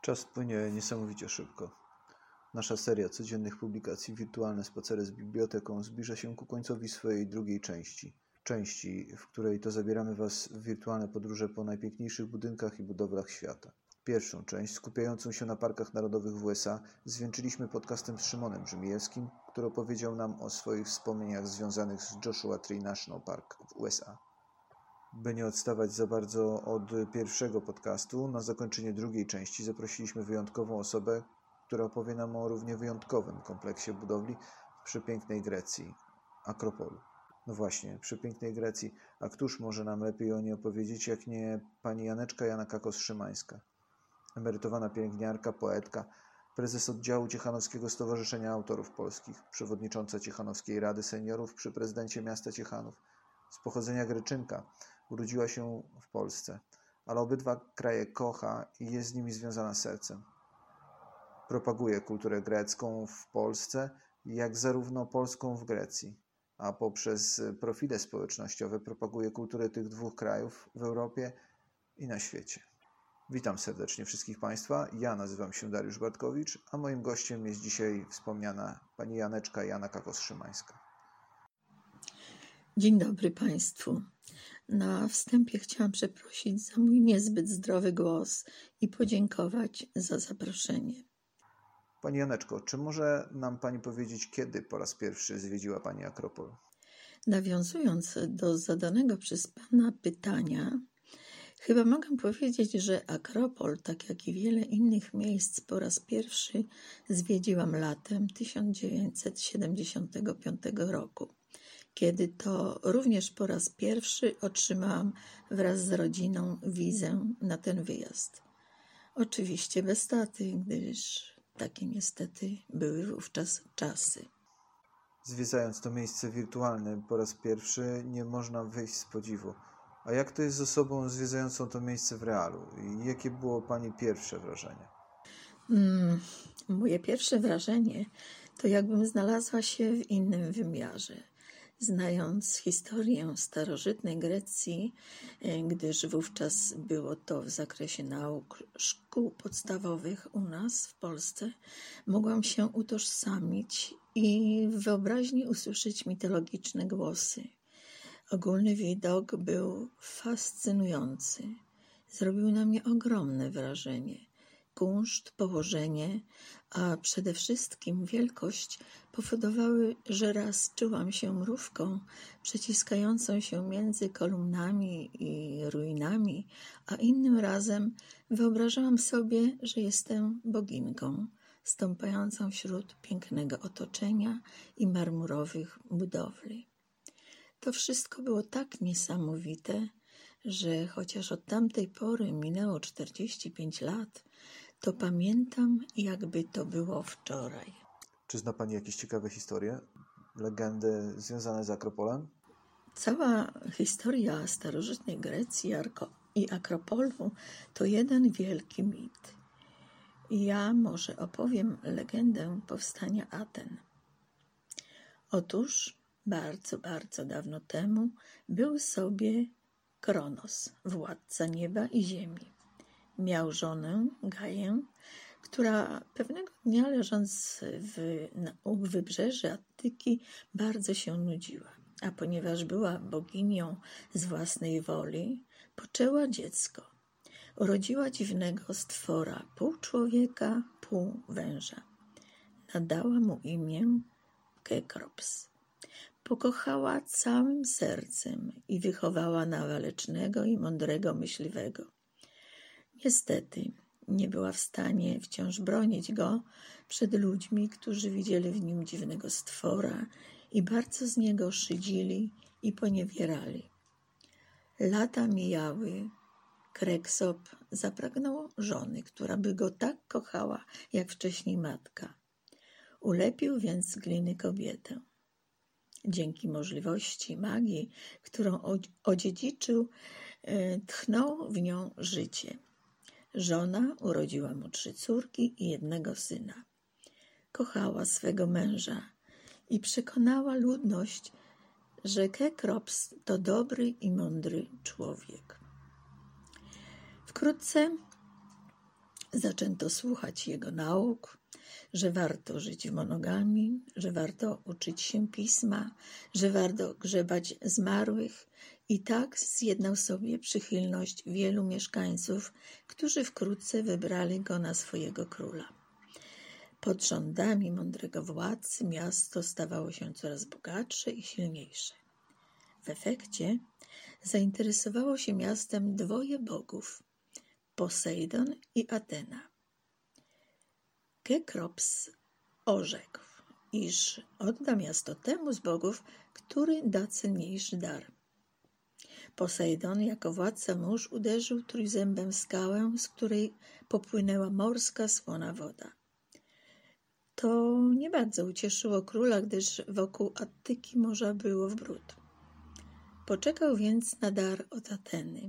Czas płynie niesamowicie szybko. Nasza seria codziennych publikacji Wirtualne spacery z biblioteką zbliża się ku końcowi swojej drugiej części, w której to zabieramy Was w wirtualne podróże po najpiękniejszych budynkach i budowlach świata. Pierwszą część, skupiającą się na parkach narodowych w USA, zwieńczyliśmy podcastem z Szymonem Brzmiejewskim, który opowiedział nam o swoich wspomnieniach związanych z Joshua Tree National Park w USA. By nie odstawać za bardzo od pierwszego podcastu, na zakończenie drugiej części zaprosiliśmy wyjątkową osobę, która opowie nam o równie wyjątkowym kompleksie budowli w przepięknej Grecji, Akropolu. No właśnie, przepięknej Grecji, a któż może nam lepiej o niej opowiedzieć, jak nie pani Janeczka Jana Kakos-Szymańska, emerytowana pielęgniarka, poetka, prezes oddziału Ciechanowskiego Stowarzyszenia Autorów Polskich, przewodnicząca Ciechanowskiej Rady Seniorów przy prezydencie miasta Ciechanów, z pochodzenia Greczynka. Urodziła się w Polsce, ale obydwa kraje kocha i jest z nimi związana sercem. Propaguje kulturę grecką w Polsce, jak zarówno polską w Grecji, a poprzez profile społecznościowe propaguje kulturę tych dwóch krajów w Europie i na świecie. Witam serdecznie wszystkich Państwa. Ja nazywam się Dariusz Bartkowicz, a moim gościem jest dzisiaj wspomniana pani Janeczka Jana Kakos-Szymańska. Dzień dobry Państwu. Na wstępie chciałam przeprosić za mój niezbyt zdrowy głos i podziękować za zaproszenie. Pani Janeczko, czy może nam Pani powiedzieć, kiedy po raz pierwszy zwiedziła Pani Akropol? Nawiązując do zadanego przez Pana pytania, chyba mogę powiedzieć, że Akropol, tak jak i wiele innych miejsc, po raz pierwszy zwiedziłam latem 1975 roku. Kiedy to również po raz pierwszy otrzymałam wraz z rodziną wizę na ten wyjazd. Oczywiście bez taty, gdyż takie niestety były wówczas czasy. Zwiedzając to miejsce wirtualne po raz pierwszy, nie można wyjść z podziwu. A jak to jest z osobą zwiedzającą to miejsce w realu? I jakie było Pani pierwsze wrażenie? Moje pierwsze wrażenie to jakbym znalazła się w innym wymiarze. Znając historię starożytnej Grecji, gdyż wówczas było to w zakresie nauk szkół podstawowych u nas w Polsce, mogłam się utożsamić i w wyobraźni usłyszeć mitologiczne głosy. Ogólny widok był fascynujący. Zrobił na mnie ogromne wrażenie. Kunszt, położenie, a przede wszystkim wielkość powodowały, że raz czułam się mrówką przeciskającą się między kolumnami i ruinami, a innym razem wyobrażałam sobie, że jestem boginką stąpającą wśród pięknego otoczenia i marmurowych budowli. To wszystko było tak niesamowite, że chociaż od tamtej pory minęło 45 lat, to pamiętam, jakby to było wczoraj. Czy zna Pani jakieś ciekawe historie, legendy związane z Akropolem? Cała historia starożytnej Grecji i Akropolu to jeden wielki mit. Ja może opowiem legendę powstania Aten. Otóż bardzo, bardzo dawno temu był sobie Kronos, władca nieba i ziemi. Miał żonę, Gaję, która pewnego dnia leżąc u wybrzeży Attyki bardzo się nudziła, a ponieważ była boginią z własnej woli, poczęła dziecko. Urodziła dziwnego stwora, pół człowieka, pół węża. Nadała mu imię Kekrops. Pokochała całym sercem i wychowała na walecznego i mądrego myśliwego. Niestety nie była w stanie wciąż bronić go przed ludźmi, którzy widzieli w nim dziwnego stwora i bardzo z niego szydzili i poniewierali. Lata mijały. Kreksop zapragnął żony, która by go tak kochała, jak wcześniej matka. Ulepił więc z gliny kobietę. Dzięki możliwości magii, którą odziedziczył, tchnął w nią życie. Żona urodziła mu 3 córki i 1 syna. Kochała swego męża i przekonała ludność, że Kekrops to dobry i mądry człowiek. Wkrótce Zaczęto słuchać jego nauk, że warto żyć w monogamii, że warto uczyć się pisma, że warto grzebać zmarłych i tak zjednał sobie przychylność wielu mieszkańców, którzy wkrótce wybrali go na swojego króla. Pod rządami mądrego władcy miasto stawało się coraz bogatsze i silniejsze. W efekcie zainteresowało się miastem dwoje bogów, Posejdon i Atena. Kekrops orzekł, iż odda miasto temu z bogów, który da cenniejszy dar. Posejdon jako władca mórz uderzył trójzębem w skałę, z której popłynęła morska słona woda. To nie bardzo ucieszyło króla, gdyż wokół Attyki morza było w bród. Poczekał więc na dar od Ateny.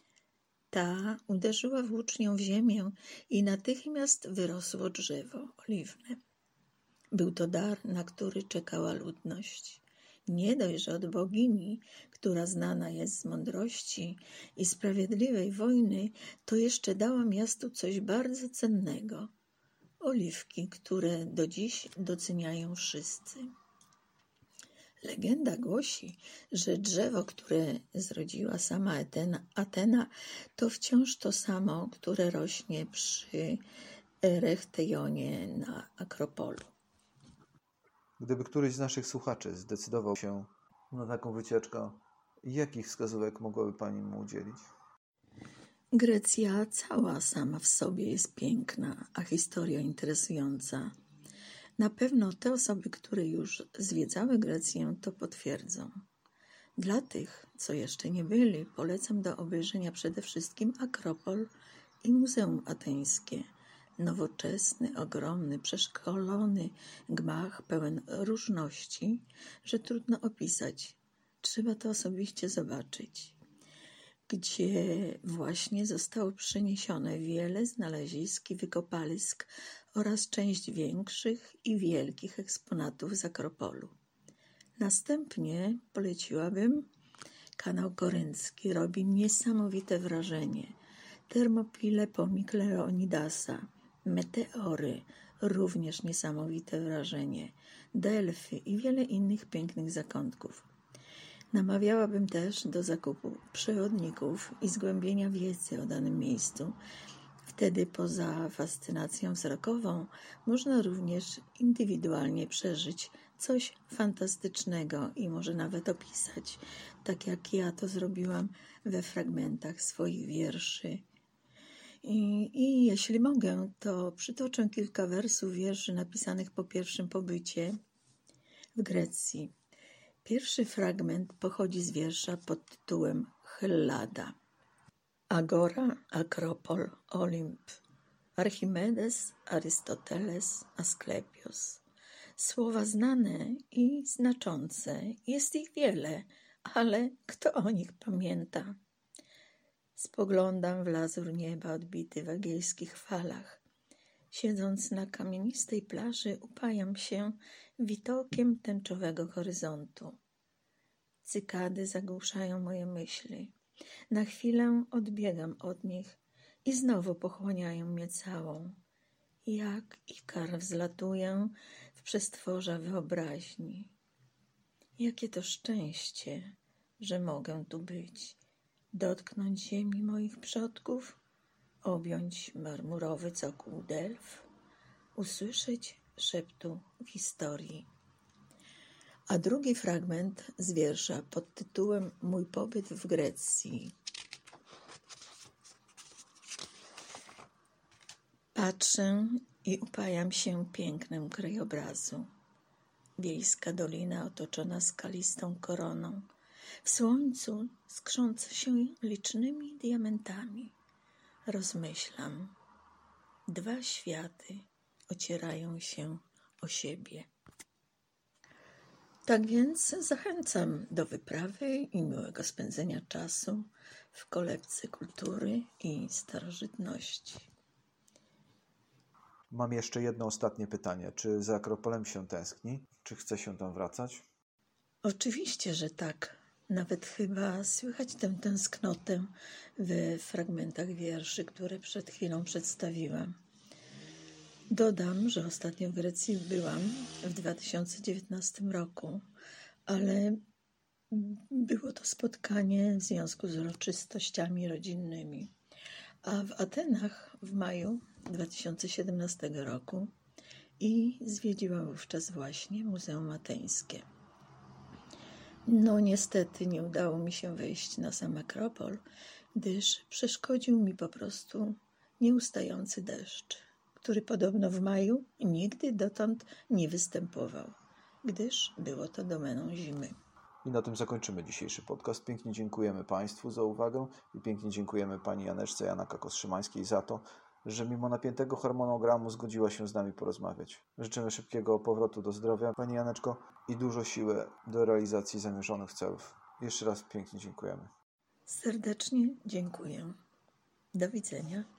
Ta uderzyła włócznią w ziemię i natychmiast wyrosło drzewo oliwne. Był to dar, na który czekała ludność. Nie dość, że od bogini, która znana jest z mądrości i sprawiedliwej wojny, to jeszcze dała miastu coś bardzo cennego – oliwki, które do dziś doceniają wszyscy. Legenda głosi, że drzewo, które zrodziła sama Atena, to wciąż to samo, które rośnie przy Erechteionie na Akropolu. Gdyby któryś z naszych słuchaczy zdecydował się na taką wycieczkę, jakich wskazówek mogłaby Pani mu udzielić? Grecja cała sama w sobie jest piękna, a historia interesująca. Na pewno te osoby, które już zwiedzały Grecję, to potwierdzą. Dla tych, co jeszcze nie byli, polecam do obejrzenia przede wszystkim Akropol i Muzeum Ateńskie. Nowoczesny, ogromny, przeszkolony gmach pełen różności, że trudno opisać. Trzeba to osobiście zobaczyć. Gdzie właśnie zostało przeniesione wiele znalezisk i wykopalisk oraz część większych i wielkich eksponatów z Akropolu. Następnie poleciłabym kanał koryncki. Robi niesamowite wrażenie. Termopile pomnik Leonidasa, meteory, również niesamowite wrażenie, Delfy i wiele innych pięknych zakątków. Namawiałabym też do zakupu przewodników i zgłębienia wiedzy o danym miejscu. Wtedy poza fascynacją wzrokową można również indywidualnie przeżyć coś fantastycznego i może nawet opisać, tak jak ja to zrobiłam we fragmentach swoich wierszy. I jeśli mogę, to przytoczę kilka wersów wierszy napisanych po pierwszym pobycie w Grecji. Pierwszy fragment pochodzi z wiersza pod tytułem Hellada. Agora, Akropol, Olimp, Archimedes, Arystoteles, Asklepios. Słowa znane i znaczące, jest ich wiele, ale kto o nich pamięta? Spoglądam w lazur nieba odbity w egejskich falach. Siedząc na kamienistej plaży, upajam się widokiem tęczowego horyzontu. Cykady zagłuszają moje myśli. Na chwilę odbiegam od nich i znowu pochłaniają mnie całą. Jak ikar wzlatuję w przestworza wyobraźni. Jakie to szczęście, że mogę tu być, dotknąć ziemi moich przodków, objąć marmurowy cokół Delf, usłyszeć szeptu historii. A drugi fragment z wiersza pod tytułem Mój pobyt w Grecji. Patrzę i upajam się pięknem krajobrazu. Wiejska dolina otoczona skalistą koroną. W słońcu skrząca się licznymi diamentami. Rozmyślam. Dwa światy ocierają się o siebie. Tak więc zachęcam do wyprawy i miłego spędzenia czasu w kolebce kultury i starożytności. Mam jeszcze jedno ostatnie pytanie. Czy za Akropolem się tęskni? Czy chce się tam wracać? Oczywiście, że tak. Nawet chyba słychać tę tęsknotę w fragmentach wierszy, które przed chwilą przedstawiłam. Dodam, że ostatnio w Grecji byłam w 2019 roku, ale było to spotkanie w związku z uroczystościami rodzinnymi. A w Atenach w maju 2017 roku i zwiedziłam wówczas właśnie Muzeum Ateńskie. No niestety nie udało mi się wejść na sam Akropol, gdyż przeszkodził mi po prostu nieustający deszcz, który podobno w maju nigdy dotąd nie występował, gdyż było to domeną zimy. I na tym zakończymy dzisiejszy podcast. Pięknie dziękujemy Państwu za uwagę i pięknie dziękujemy Pani Janeczce Janaka-Kostrzymańskiej za to, że mimo napiętego harmonogramu zgodziła się z nami porozmawiać. Życzymy szybkiego powrotu do zdrowia, Pani Janeczko, i dużo siły do realizacji zamierzonych celów. Jeszcze raz pięknie dziękujemy. Serdecznie dziękuję. Do widzenia.